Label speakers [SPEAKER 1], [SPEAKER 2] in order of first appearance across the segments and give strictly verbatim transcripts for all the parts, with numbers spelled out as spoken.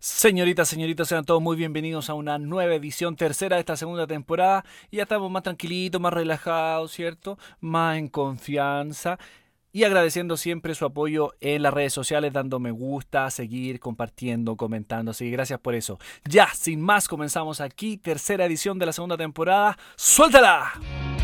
[SPEAKER 1] Señoritas, señoritos, sean todos muy bienvenidos a una nueva edición, tercera de esta segunda temporada. Y ya estamos más tranquilitos, más relajados, ¿cierto? Más en confianza. Y agradeciendo siempre su apoyo en las redes sociales, dando me gusta, seguir, compartiendo, comentando. Así que gracias por eso. Ya, sin más, comenzamos aquí, tercera edición de la segunda temporada. ¡Suéltala!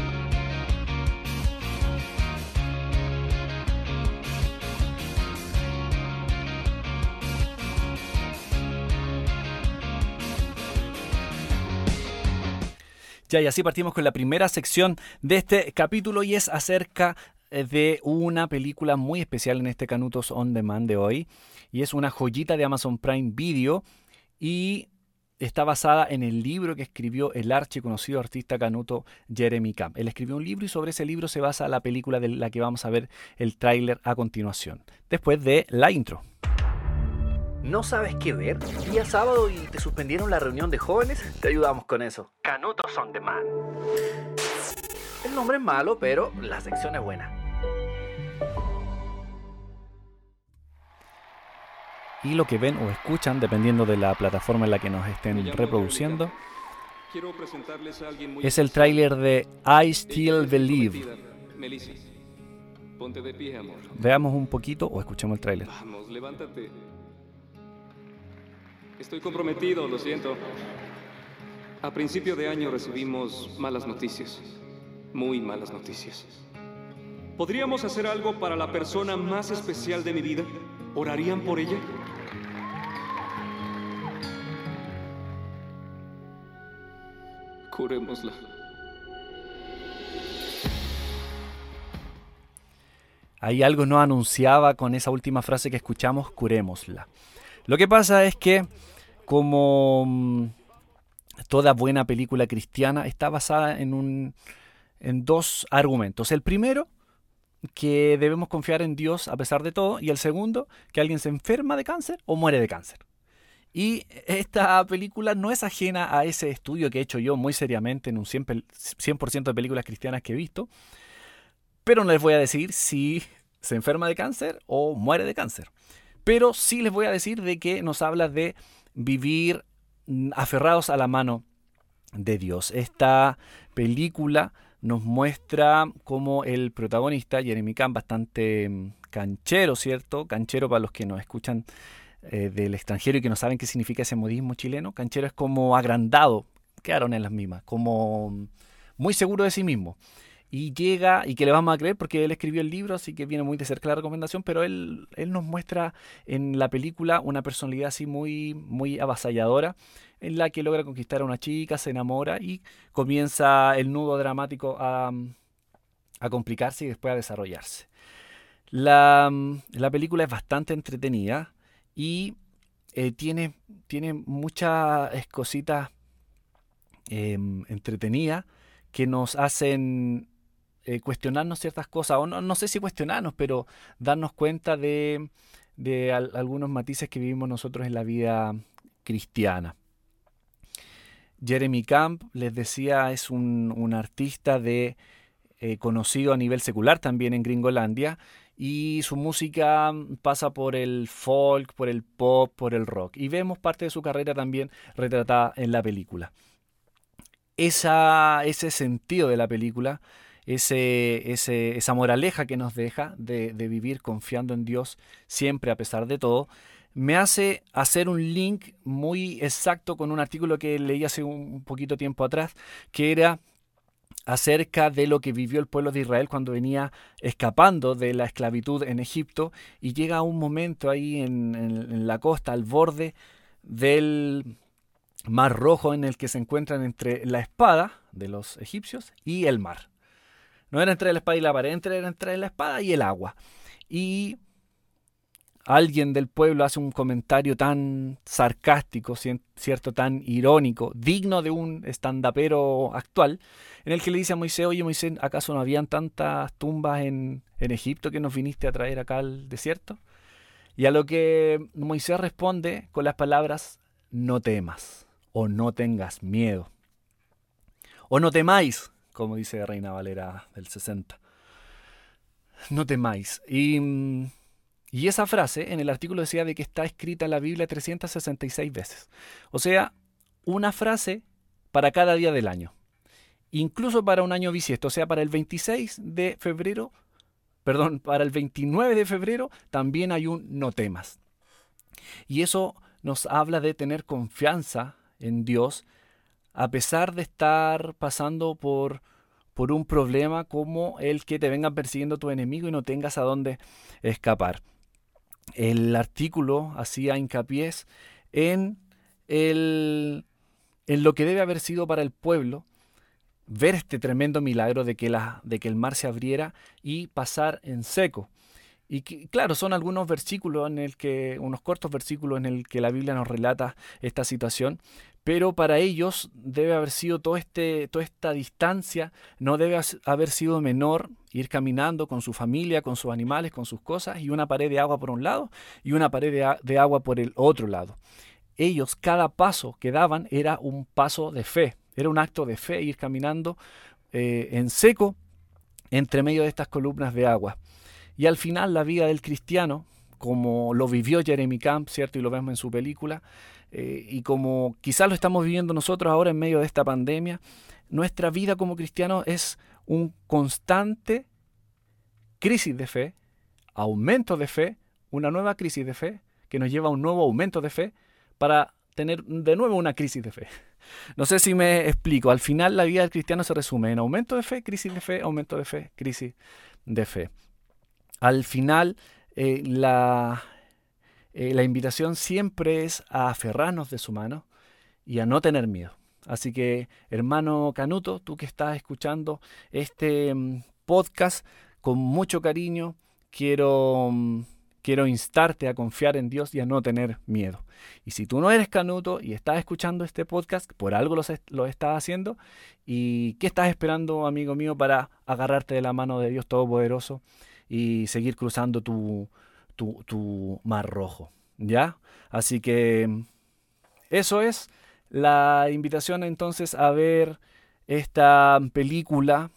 [SPEAKER 1] Ya, y así partimos con la primera sección de este capítulo y es acerca eh, de una película muy especial en este Canutos On Demand de hoy. Y es una joyita de Amazon Prime Video y está basada en el libro que escribió el archiconocido artista canuto Jeremy Camp. Él escribió un libro y sobre ese libro se basa la película de la que vamos a ver el tráiler a continuación, después de la intro. ¿No sabes qué ver? Día sábado y te suspendieron la reunión de jóvenes. Te ayudamos con eso. Canutos On Demand. El nombre es malo, pero la sección es buena. Y lo que ven o escuchan, dependiendo de la plataforma en la que nos estén reproduciendo, es el tráiler de I Still Believe.
[SPEAKER 2] Melissa, ponte de pie, amor.
[SPEAKER 1] Veamos un poquito o escuchemos el tráiler.
[SPEAKER 2] Vamos, levántate. Estoy comprometido, lo siento. A principio de año recibimos malas noticias. Muy malas noticias. ¿Podríamos hacer algo para la persona más especial de mi vida? ¿Orarían por ella? Curémosla.
[SPEAKER 1] Ahí algo nos anunciaba con esa última frase que escuchamos, curémosla. Lo que pasa es que, como mm, toda buena película cristiana, está basada en, un, en dos argumentos. El primero, que debemos confiar en Dios a pesar de todo. Y el segundo, que alguien se enferma de cáncer o muere de cáncer. Y esta película no es ajena a ese estudio que he hecho yo muy seriamente en un cien por ciento de películas cristianas que he visto. Pero no les voy a decir si se enferma de cáncer o muere de cáncer. Pero sí les voy a decir de que nos habla de vivir aferrados a la mano de Dios. Esta película nos muestra cómo el protagonista, Jeremy Camp, bastante canchero, ¿cierto? Canchero para los que nos escuchan eh, del extranjero y que no saben qué significa ese modismo chileno. Canchero es como agrandado, quedaron en las mismas, como muy seguro de sí mismo. Y llega, y que le vamos a creer porque él escribió el libro, así que viene muy de cerca la recomendación, pero él, él nos muestra en la película una personalidad así muy, muy avasalladora, en la que logra conquistar a una chica, se enamora y comienza el nudo dramático a, a complicarse y después a desarrollarse. La, la película es bastante entretenida y eh, tiene, tiene muchas cositas eh, entretenidas que nos hacen eh, cuestionarnos ciertas cosas, o no, no sé si cuestionarnos, pero darnos cuenta de, de al, algunos matices que vivimos nosotros en la vida cristiana. Jeremy Camp, les decía, es un, un artista de, eh, conocido a nivel secular también en Gringolandia, y su música pasa por el folk, por el pop, por el rock, y vemos parte de su carrera también retratada en la película. Esa, ese sentido de la película, ese, ese, esa moraleja que nos deja de, de vivir confiando en Dios siempre a pesar de todo, me hace hacer un link muy exacto con un artículo que leí hace un poquito tiempo atrás, que era acerca de lo que vivió el pueblo de Israel cuando venía escapando de la esclavitud en Egipto y llega a un momento ahí en, en, en la costa, al borde del Mar Rojo, en el que se encuentran entre la espada de los egipcios y el mar. No era entre la espada y la pared, era entre la espada y el agua. Y alguien del pueblo hace un comentario tan sarcástico, cierto, tan irónico, digno de un estandapero actual, en el que le dice a Moisés: oye Moisés, ¿acaso no habían tantas tumbas en, en Egipto que nos viniste a traer acá al desierto? Y a lo que Moisés responde con las palabras: no temas, o no tengas miedo, o no temáis, como dice Reina Valera del sesenta. No temáis. Y, Y esa frase en el artículo decía de que está escrita en la Biblia trescientas sesenta y seis veces. O sea, una frase para cada día del año. Incluso para un año bisiesto, o sea, para el veintiséis de febrero, perdón, para el veintinueve de febrero también hay un no temas. Y eso nos habla de tener confianza en Dios, a pesar de estar pasando por, por un problema como el que te vengan persiguiendo tu enemigo y no tengas a dónde escapar. El artículo hacía hincapié en, el, en lo que debe haber sido para el pueblo ver este tremendo milagro de que, la, de que el mar se abriera y pasar en seco. Y que, claro, son algunos versículos en el que, unos cortos versículos en el que la Biblia nos relata esta situación, pero para ellos debe haber sido todo este, toda esta distancia, no debe haber sido menor ir caminando con su familia, con sus animales, con sus cosas, y una pared de agua por un lado y una pared de, a, de agua por el otro lado. Ellos, cada paso que daban era un paso de fe, era un acto de fe, ir caminando eh, en seco entre medio de estas columnas de agua. Y al final la vida del cristiano, como lo vivió Jeremy Camp, ¿cierto? Y lo vemos en su película, eh, y como quizás lo estamos viviendo nosotros ahora en medio de esta pandemia, nuestra vida como cristianos es un constante crisis de fe, aumento de fe, una nueva crisis de fe, que nos lleva a un nuevo aumento de fe, para tener de nuevo una crisis de fe. No sé si me explico. Al final la vida del cristiano se resume en aumento de fe, crisis de fe, aumento de fe, crisis de fe. Al final eh, la, eh, la invitación siempre es a aferrarnos de su mano y a no tener miedo. Así que, hermano Canuto, tú que estás escuchando este um, podcast con mucho cariño, quiero... Um, Quiero instarte a confiar en Dios y a no tener miedo. Y si tú no eres Canuto y estás escuchando este podcast, por algo lo, lo estás haciendo. ¿Y qué estás esperando, amigo mío, para agarrarte de la mano de Dios Todopoderoso y seguir cruzando tu, tu, tu mar rojo? ¿Ya? Así que eso es la invitación entonces a ver esta película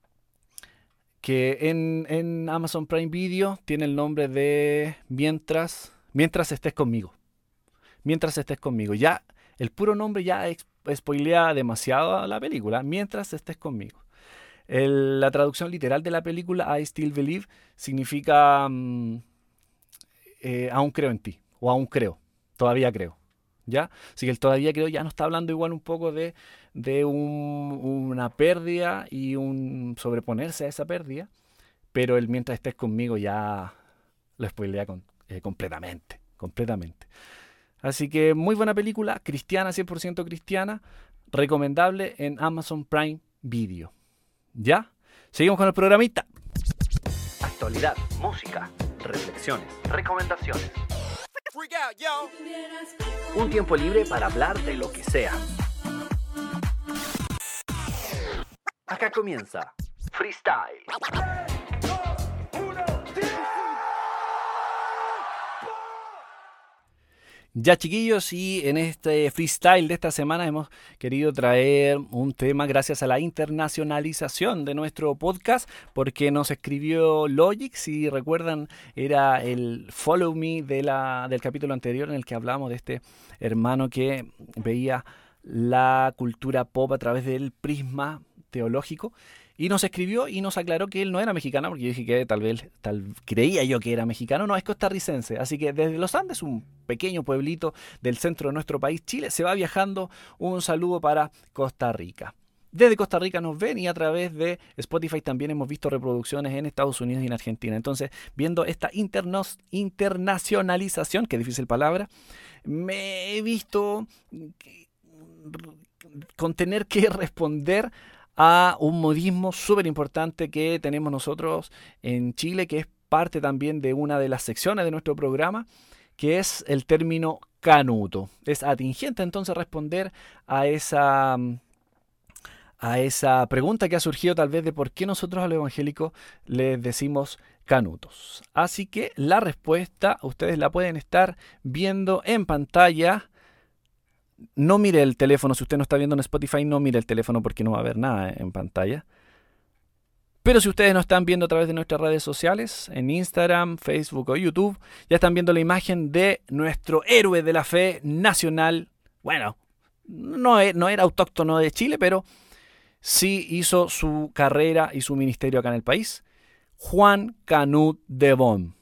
[SPEAKER 1] que en, en Amazon Prime Video tiene el nombre de Mientras, mientras estés conmigo. Mientras estés conmigo. Ya, el puro nombre ya spoilea demasiado la película. Mientras estés conmigo. El, la traducción literal de la película, I Still Believe, significa um, eh, aún creo en ti. O aún creo. Todavía creo. ¿Ya? Así que el todavía creo ya nos está hablando igual un poco de, de un, una pérdida y un sobreponerse a esa pérdida, pero el mientras estés conmigo ya lo spoilea con, eh, completamente, completamente. Así que muy buena película, cristiana, cien por ciento cristiana, recomendable en Amazon Prime Video. ¿Ya? Seguimos con el programita.
[SPEAKER 3] Actualidad, música, reflexiones, recomendaciones. Un tiempo libre para hablar de lo que sea. Acá comienza Freestyle.
[SPEAKER 1] Ya, chiquillos, y en este freestyle de esta semana hemos querido traer un tema gracias a la internacionalización de nuestro podcast, porque nos escribió Logic, si recuerdan, era el Follow Me de la, del capítulo anterior en el que hablamos de este hermano que veía la cultura pop a través del prisma teológico. Y nos escribió y nos aclaró que él no era mexicano, porque yo dije que tal vez, tal, creía yo que era mexicano, no, es costarricense. Así que desde los Andes, un pequeño pueblito del centro de nuestro país, Chile, se va viajando. Un saludo para Costa Rica. Desde Costa Rica nos ven y a través de Spotify también hemos visto reproducciones en Estados Unidos y en Argentina. Entonces, viendo esta internos, internacionalización, que difícil palabra, me he visto con tener que responder a un modismo súper importante que tenemos nosotros en Chile, que es parte también de una de las secciones de nuestro programa, que es el término canuto. Es atingente entonces responder a esa, a esa pregunta que ha surgido tal vez de por qué nosotros a los evangélicos les decimos canutos. Así que la respuesta ustedes la pueden estar viendo en pantalla. No mire el teléfono, si usted no está viendo en Spotify, no mire el teléfono porque no va a haber nada en pantalla. Pero si ustedes nos están viendo a través de nuestras redes sociales, en Instagram, Facebook o YouTube, ya están viendo la imagen de nuestro héroe de la fe nacional. Bueno, no, no era autóctono de Chile, pero sí hizo su carrera y su ministerio acá en el país. Juan Canut de Bon.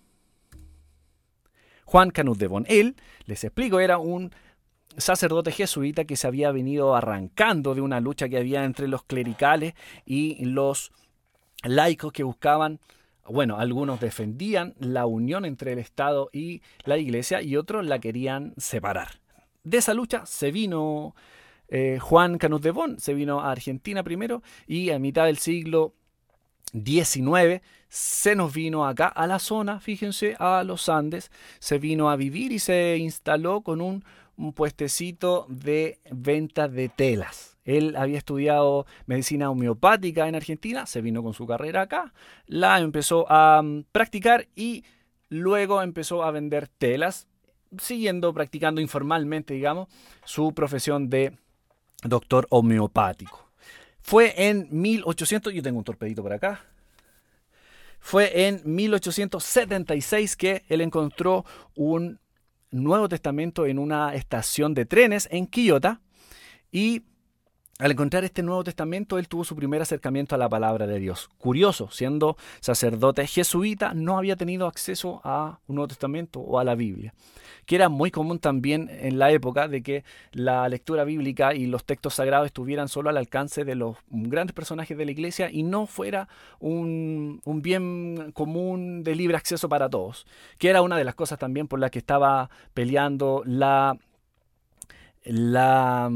[SPEAKER 1] Juan Canut de Bon. Él, les explico, era un sacerdote jesuita que se había venido arrancando de una lucha que había entre los clericales y los laicos que buscaban, bueno, algunos defendían la unión entre el Estado y la Iglesia y otros la querían separar. De esa lucha se vino eh, Juan Canut de Bon, se vino a Argentina primero y a mitad del siglo diecinueve se nos vino acá a la zona, fíjense, a los Andes, se vino a vivir y se instaló con un, un puestecito de venta de telas. Él había estudiado medicina homeopática en Argentina, se vino con su carrera acá, la empezó a um, practicar y luego empezó a vender telas, siguiendo practicando informalmente, digamos, su profesión de doctor homeopático. Fue en mil ochocientos, yo tengo un torpedito por acá, fue en mil ochocientos setenta y seis que él encontró un Nuevo Testamento en una estación de trenes en Quillota y al encontrar este Nuevo Testamento, él tuvo su primer acercamiento a la palabra de Dios. Curioso, siendo sacerdote jesuita, no había tenido acceso a un Nuevo Testamento o a la Biblia, que era muy común también en la época de que la lectura bíblica y los textos sagrados estuvieran solo al alcance de los grandes personajes de la iglesia y no fuera un, un bien común de libre acceso para todos, que era una de las cosas también por las que estaba peleando la... la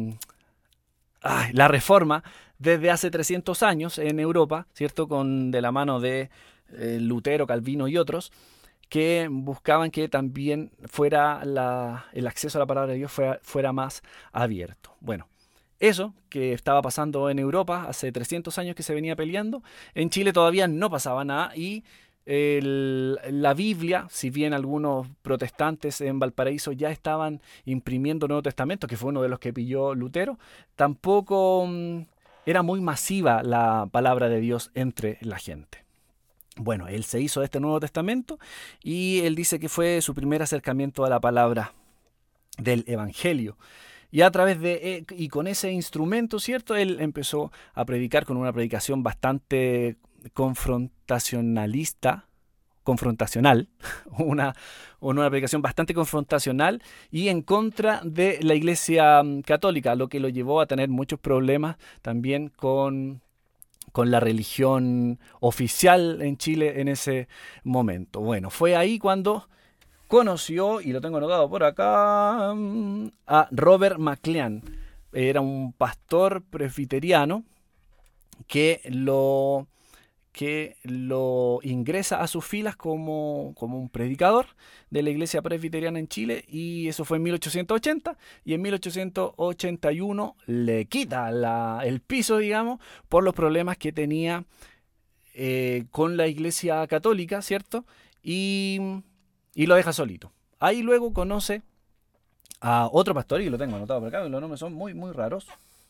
[SPEAKER 1] Ay, la Reforma desde hace trescientos años en Europa, ¿cierto? Con, de la mano de eh, Lutero, Calvino y otros, que buscaban que también fuera la, el acceso a la palabra de Dios fuera, fuera más abierto. Bueno, eso que estaba pasando en Europa hace trescientos años que se venía peleando, en Chile todavía no pasaba nada y El, la Biblia, si bien algunos protestantes en Valparaíso ya estaban imprimiendo Nuevo Testamento, que fue uno de los que pilló Lutero, tampoco mm, era muy masiva la palabra de Dios entre la gente. Bueno, él se hizo de este Nuevo Testamento y él dice que fue su primer acercamiento a la palabra del Evangelio. Y a través de, y con ese instrumento, ¿cierto? Él empezó a predicar con una predicación bastante confrontacionalista, confrontacional, una, una predicación bastante confrontacional y en contra de la Iglesia Católica, lo que lo llevó a tener muchos problemas también con, con la religión oficial en Chile en ese momento. Bueno, fue ahí cuando conoció, y lo tengo anotado por acá, a Robert McLean. Era un pastor presbiteriano que lo... que lo ingresa a sus filas como, como un predicador de la iglesia presbiteriana en Chile, y eso fue en mil ochocientos ochenta, y en mil ochocientos ochenta y uno le quita la, el piso, digamos, por los problemas que tenía eh, con la iglesia católica, ¿cierto? Y, y lo deja solito. Ahí luego conoce a otro pastor, y lo tengo anotado por acá, los nombres son muy, muy raros.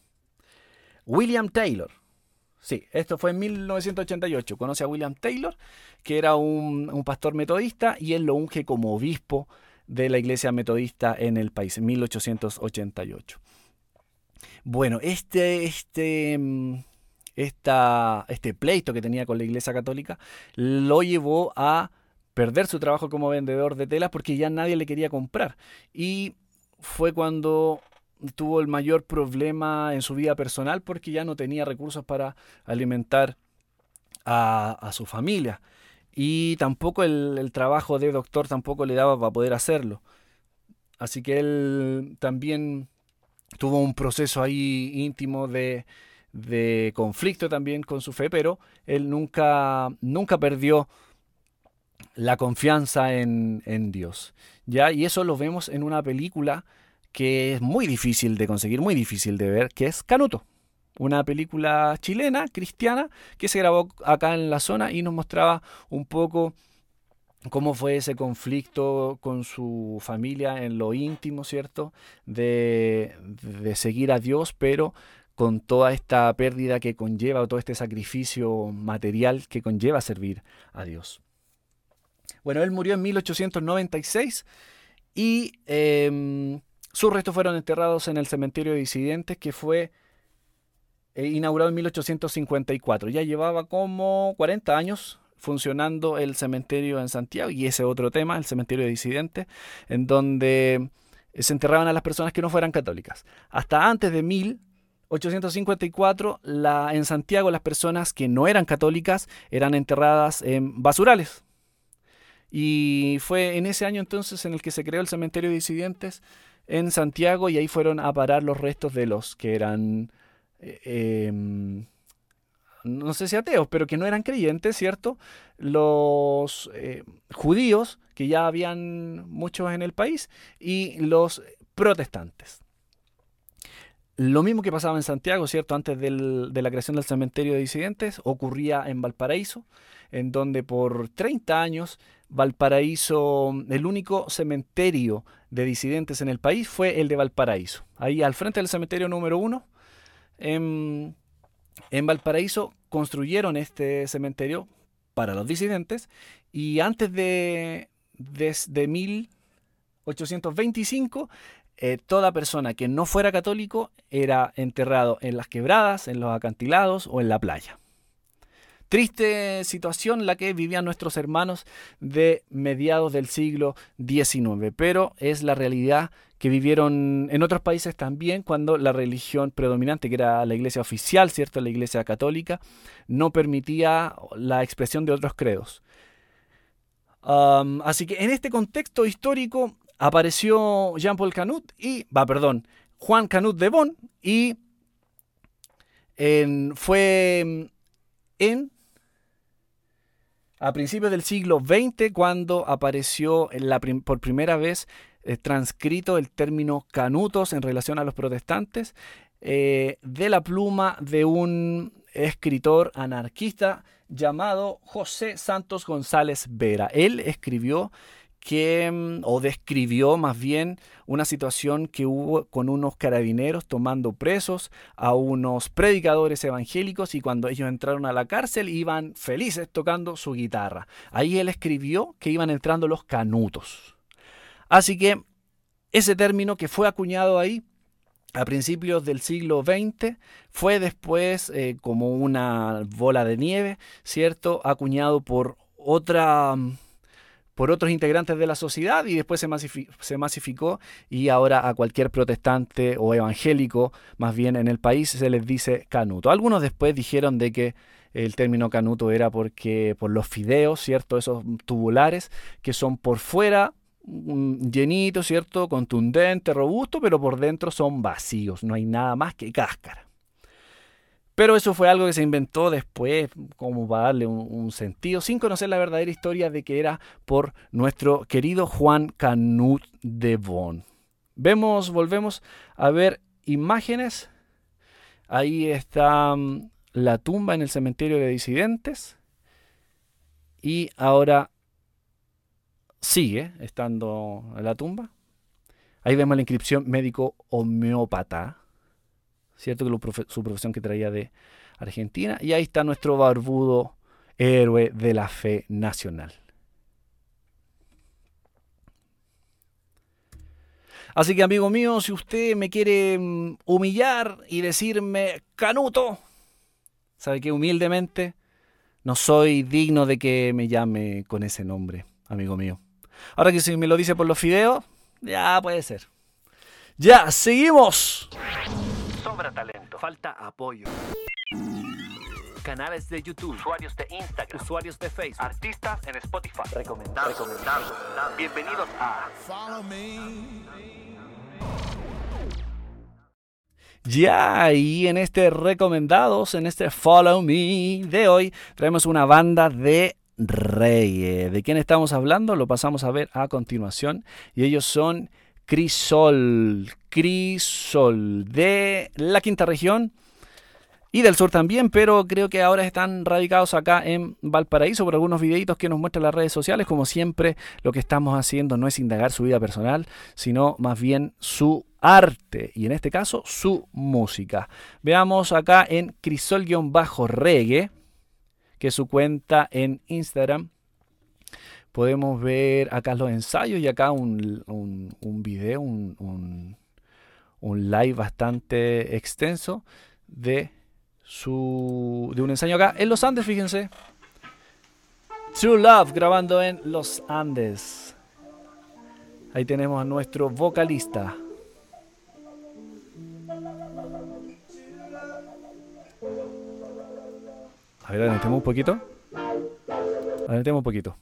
[SPEAKER 1] William Taylor. Sí, esto fue en mil novecientos ochenta y ocho. Conoce a William Taylor, que era un, un pastor metodista, y él lo unge como obispo de la iglesia metodista en el país, en mil ochocientos ochenta y ocho. Bueno, este, este, esta, este pleito que tenía con la iglesia católica lo llevó a perder su trabajo como vendedor de telas porque ya nadie le quería comprar. Y fue cuando tuvo el mayor problema en su vida personal porque ya no tenía recursos para alimentar a, a su familia, y tampoco el, el trabajo de doctor tampoco le daba para poder hacerlo, así que él también tuvo un proceso ahí íntimo de, de conflicto también con su fe, pero él nunca, nunca perdió la confianza en, en Dios, ¿ya? Y eso lo vemos en una película que es muy difícil de conseguir, muy difícil de ver, que es Canuto. Una película chilena, cristiana, que se grabó acá en la zona y nos mostraba un poco cómo fue ese conflicto con su familia en lo íntimo, ¿cierto? De, de seguir a Dios, pero con toda esta pérdida que conlleva, o todo este sacrificio material que conlleva servir a Dios. Bueno, él murió en mil ochocientos noventa y seis y eh, sus restos fueron enterrados en el cementerio de disidentes, que fue eh, inaugurado en mil ochocientos cincuenta y cuatro. Ya llevaba como cuarenta años funcionando el cementerio en Santiago, y ese otro tema, el cementerio de disidentes, en donde se enterraban a las personas que no fueran católicas. Hasta antes de mil ochocientos cincuenta y cuatro, la, en Santiago, las personas que no eran católicas eran enterradas en basurales. Y fue en ese año entonces en el que se creó el cementerio de disidentes en Santiago, y ahí fueron a parar los restos de los que eran, eh, eh, no sé si ateos, pero que no eran creyentes, ¿cierto? Los eh, judíos, que ya habían muchos en el país, y los protestantes. Lo mismo que pasaba en Santiago, ¿cierto? Antes del, de la creación del cementerio de disidentes, ocurría en Valparaíso, en donde por treinta años Valparaíso, el único cementerio de disidentes en el país fue el de Valparaíso. Ahí al frente del cementerio número uno, en, en Valparaíso, construyeron este cementerio para los disidentes, y antes de, desde mil ochocientos veinticinco, Eh, toda persona que no fuera católico era enterrado en las quebradas, en los acantilados o en la playa. Triste situación la que vivían nuestros hermanos de mediados del siglo diecinueve, pero es la realidad que vivieron en otros países también, cuando la religión predominante, que era la iglesia oficial, ¿cierto?, la iglesia católica, no permitía la expresión de otros credos. Um, así que en este contexto histórico apareció Jean-Paul Canut y, va, perdón, Juan Canut de Bon, y en, fue en a principios del siglo veinte cuando apareció en la prim, por primera vez eh, transcrito el término canutos en relación a los protestantes, eh, de la pluma de un escritor anarquista llamado José Santos González Vera. Él escribió que, o describió más bien, una situación que hubo con unos carabineros tomando presos a unos predicadores evangélicos, y cuando ellos entraron a la cárcel iban felices tocando su guitarra. Ahí él escribió que iban entrando los canutos. Así que ese término que fue acuñado ahí a principios del siglo veinte fue después eh, como una bola de nieve, ¿cierto?, acuñado por otra... por otros integrantes de la sociedad, y después se, masifi- se masificó, y ahora a cualquier protestante o evangélico, más bien en el país, se les dice canuto. Algunos después dijeron de que el término canuto era porque por los fideos, ¿cierto?, esos tubulares que son por fuera llenitos, ¿cierto?, contundente, robusto, pero por dentro son vacíos, no hay nada más que cáscara. Pero eso fue algo que se inventó después, como para darle un, un sentido, sin conocer la verdadera historia de que era por nuestro querido Juan Canut de Bon. Vemos, volvemos a ver imágenes. Ahí está um, la tumba en el cementerio de disidentes. Y ahora sigue estando la tumba. Ahí vemos la inscripción médico homeópata, ¿cierto?, que lo profe- su profesión que traía de Argentina. Y ahí está nuestro barbudo héroe de la fe nacional. Así que, amigo mío, si usted me quiere um, humillar y decirme canuto, sabe que humildemente no soy digno de que me llame con ese nombre, amigo mío. Ahora que si me lo dice por los fideos, ya puede ser. Ya, seguimos.
[SPEAKER 3] Sobra talento. Falta apoyo. Canales de YouTube. Usuarios de Instagram. Usuarios de Facebook. Artistas en Spotify. Recomendado. Recomendado. Bienvenidos a Follow Me.
[SPEAKER 1] Ya, y en este Recomendados, en este Follow Me de hoy, traemos una banda de reggae. ¿De quién estamos hablando? Lo pasamos a ver a continuación. Y ellos son Crisol, Crisol, de la quinta región y del sur también, pero creo que ahora están radicados acá en Valparaíso, por algunos videitos que nos muestran las redes sociales. Como siempre, lo que estamos haciendo no es indagar su vida personal, sino más bien su arte y en este caso su música. Veamos acá en Crisol-Reggae, que es su cuenta en Instagram. Podemos ver acá los ensayos y acá un, un, un video, un, un, un live bastante extenso de, su, de un ensayo acá en los Andes, fíjense. True Love grabando en los Andes. Ahí tenemos a nuestro vocalista. A ver, adelantemos un poquito. Adelantemos un poquito.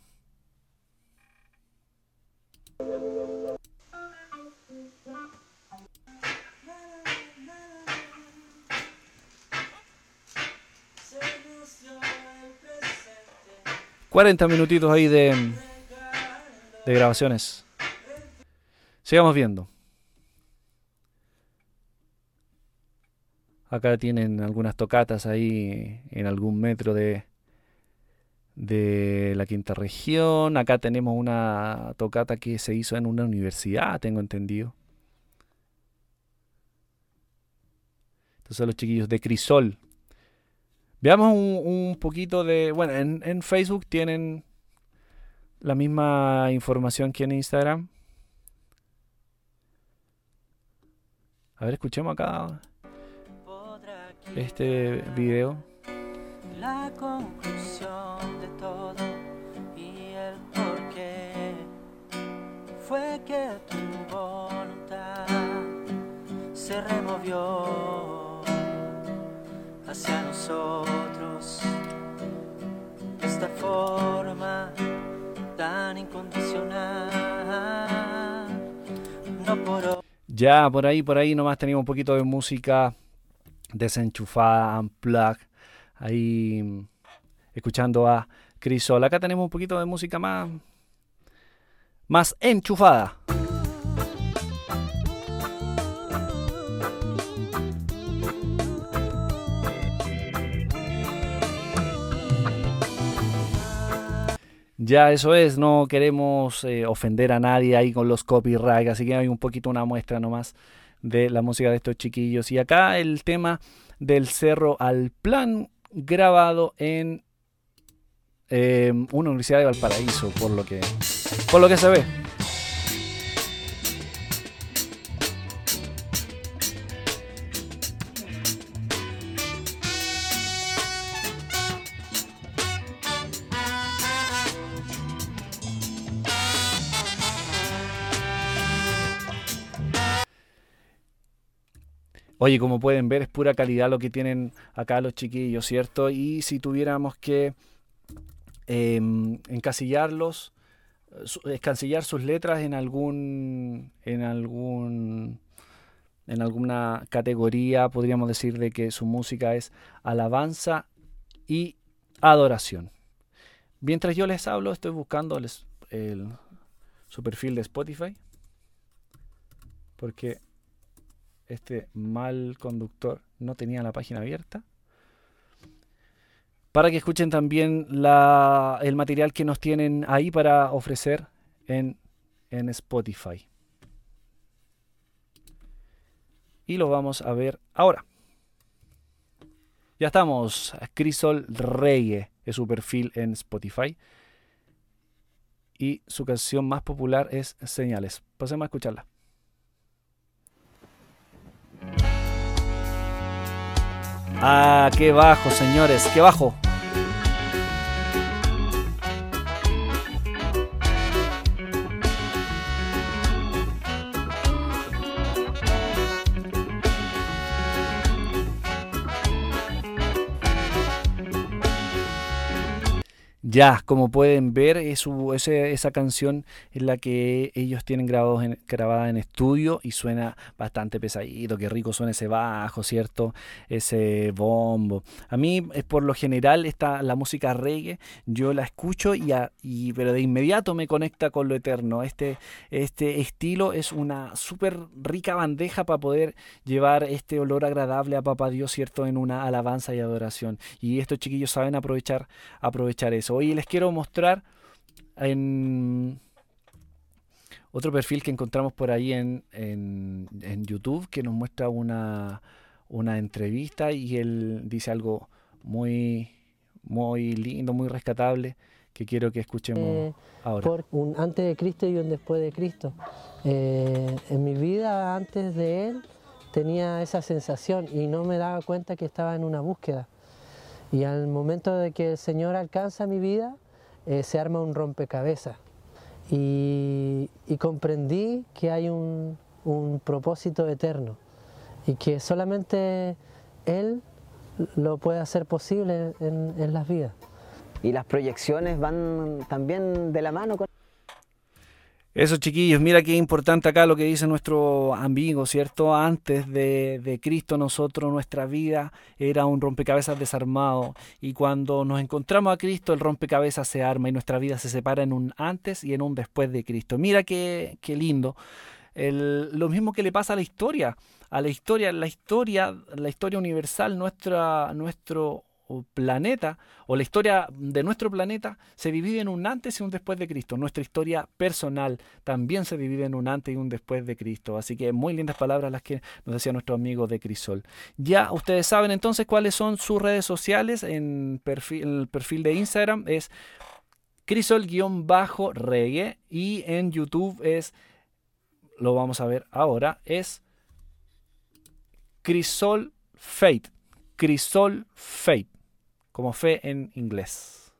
[SPEAKER 1] cuarenta minutitos ahí de, de grabaciones. Sigamos viendo. Acá tienen algunas tocatas ahí en algún metro de, de la quinta región. Acá tenemos una tocata que se hizo en una universidad, tengo entendido. Estos son los chiquillos de Crisol. Veamos un, un poquito de... Bueno, en, en Facebook tienen la misma información que en Instagram. A ver, escuchemos acá este video.
[SPEAKER 4] La conclusión de todo y el porqué fue que tu voluntad se removió hacia nosotros de esta forma tan incondicional. No por
[SPEAKER 1] Ya por ahí, por ahí nomás teníamos un poquito de música desenchufada, unplugged, ahí escuchando a Crisol. Acá tenemos un poquito de música más, más enchufada. Ya eso es, no queremos eh, ofender a nadie ahí con los copyright, así que hay un poquito una muestra nomás de la música de estos chiquillos. Y acá el tema del Cerro al Plan, grabado en eh, una universidad de Valparaíso, por lo que, por lo que se ve. Oye, como pueden ver, es pura calidad lo que tienen acá los chiquillos, ¿cierto? Y si tuviéramos que eh, encasillarlos, encasillar sus letras en algún, en algún, en alguna categoría, podríamos decir de que su música es alabanza y adoración. Mientras yo les hablo, estoy buscando el, el, su perfil de Spotify, porque este mal conductor no tenía la página abierta, para que escuchen también la, el material que nos tienen ahí para ofrecer en, en Spotify. Y lo vamos a ver ahora. Ya estamos. Crisol-Reggae es su perfil en Spotify. Y su canción más popular es Señales. Pasemos a escucharla. Ah, qué bajo, señores, qué bajo. Ya, como pueden ver, es su, ese, esa canción es la que ellos tienen grabados en, grabada en estudio y suena bastante pesadito. Qué rico suena ese bajo, ¿cierto? Ese bombo. A mí, es por lo general, esta, la música reggae, yo la escucho y, a, y pero de inmediato me conecta con lo eterno. Este, este estilo es una súper rica bandeja para poder llevar este olor agradable a Papá Dios, ¿cierto? En una alabanza y adoración. Y estos chiquillos saben aprovechar, aprovechar eso. Hoy les quiero mostrar en otro perfil que encontramos por ahí en, en en, en YouTube que nos muestra una, una entrevista y él dice algo muy, muy lindo, muy rescatable, que quiero que escuchemos eh, ahora.
[SPEAKER 5] Por un antes de Cristo y un después de Cristo. Eh, en mi vida antes de Él tenía esa sensación y no me daba cuenta que estaba en una búsqueda. Y al momento de que el Señor alcanza mi vida, eh, se arma un rompecabezas. Y, y comprendí que hay un, un propósito eterno y que solamente Él lo puede hacer posible en, en las vidas.
[SPEAKER 6] Y las proyecciones van también de la mano con...
[SPEAKER 1] Eso, chiquillos, mira qué importante acá lo que dice nuestro amigo, ¿cierto? Antes de, de Cristo nosotros, nuestra vida era un rompecabezas desarmado y cuando nos encontramos a Cristo el rompecabezas se arma y nuestra vida se separa en un antes y en un después de Cristo. Mira qué, qué lindo. El, lo mismo que le pasa a la historia, a la historia, la historia, la historia universal, nuestra, nuestro planeta o la historia de nuestro planeta se divide en un antes y un después de Cristo. Nuestra historia personal también se divide en un antes y un después de Cristo. Así que muy lindas palabras las que nos decía nuestro amigo de Crisol. Ya ustedes saben entonces cuáles son sus redes sociales. En, perfil, en el perfil de Instagram es Crisol-reggae y en YouTube es, lo vamos a ver ahora, es Crisol Faith. Crisol Faith, como fe en inglés.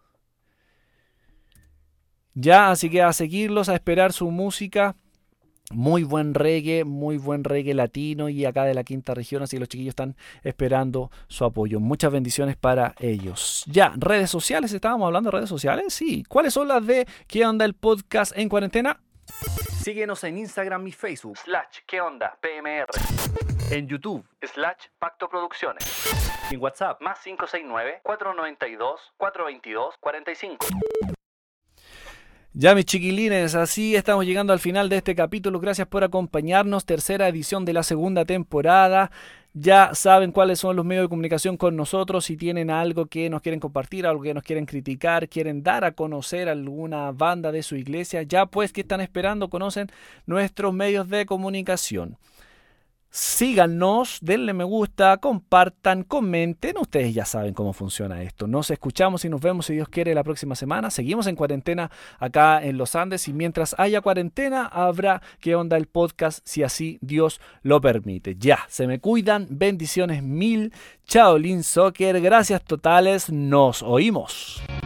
[SPEAKER 1] Ya, así que a seguirlos, a esperar su música. Muy buen reggae, muy buen reggae latino y acá de la quinta región, así que los chiquillos están esperando su apoyo. Muchas bendiciones para ellos. Ya, redes sociales, estábamos hablando de redes sociales, sí. ¿Cuáles son las de ¿Qué onda el podcast en cuarentena?
[SPEAKER 3] Síguenos en Instagram y Facebook, slash ¿Qué onda? P M R. En YouTube, slash Pacto Producciones. En WhatsApp, más cinco seis nueve, cuatro nueve dos, cuatro dos dos, cuatro cinco.
[SPEAKER 1] Ya mis chiquilines, así estamos llegando al final de este capítulo. Gracias por acompañarnos. Tercera edición de la segunda temporada. Ya saben cuáles son los medios de comunicación con nosotros. Si tienen algo que nos quieren compartir, algo que nos quieren criticar, quieren dar a conocer alguna banda de su iglesia, ya pues, ¿qué están esperando? Conocen nuestros medios de comunicación. Síganos, denle me gusta, compartan, comenten. Ustedes ya saben cómo funciona esto. Nos escuchamos y nos vemos, si Dios quiere, la próxima semana. Seguimos en cuarentena acá en los Andes y mientras haya cuarentena habrá ¿Qué onda el podcast? Si así Dios lo permite. Ya, se me cuidan. Bendiciones mil. Chao, Lin Soccer. Gracias totales. Nos oímos.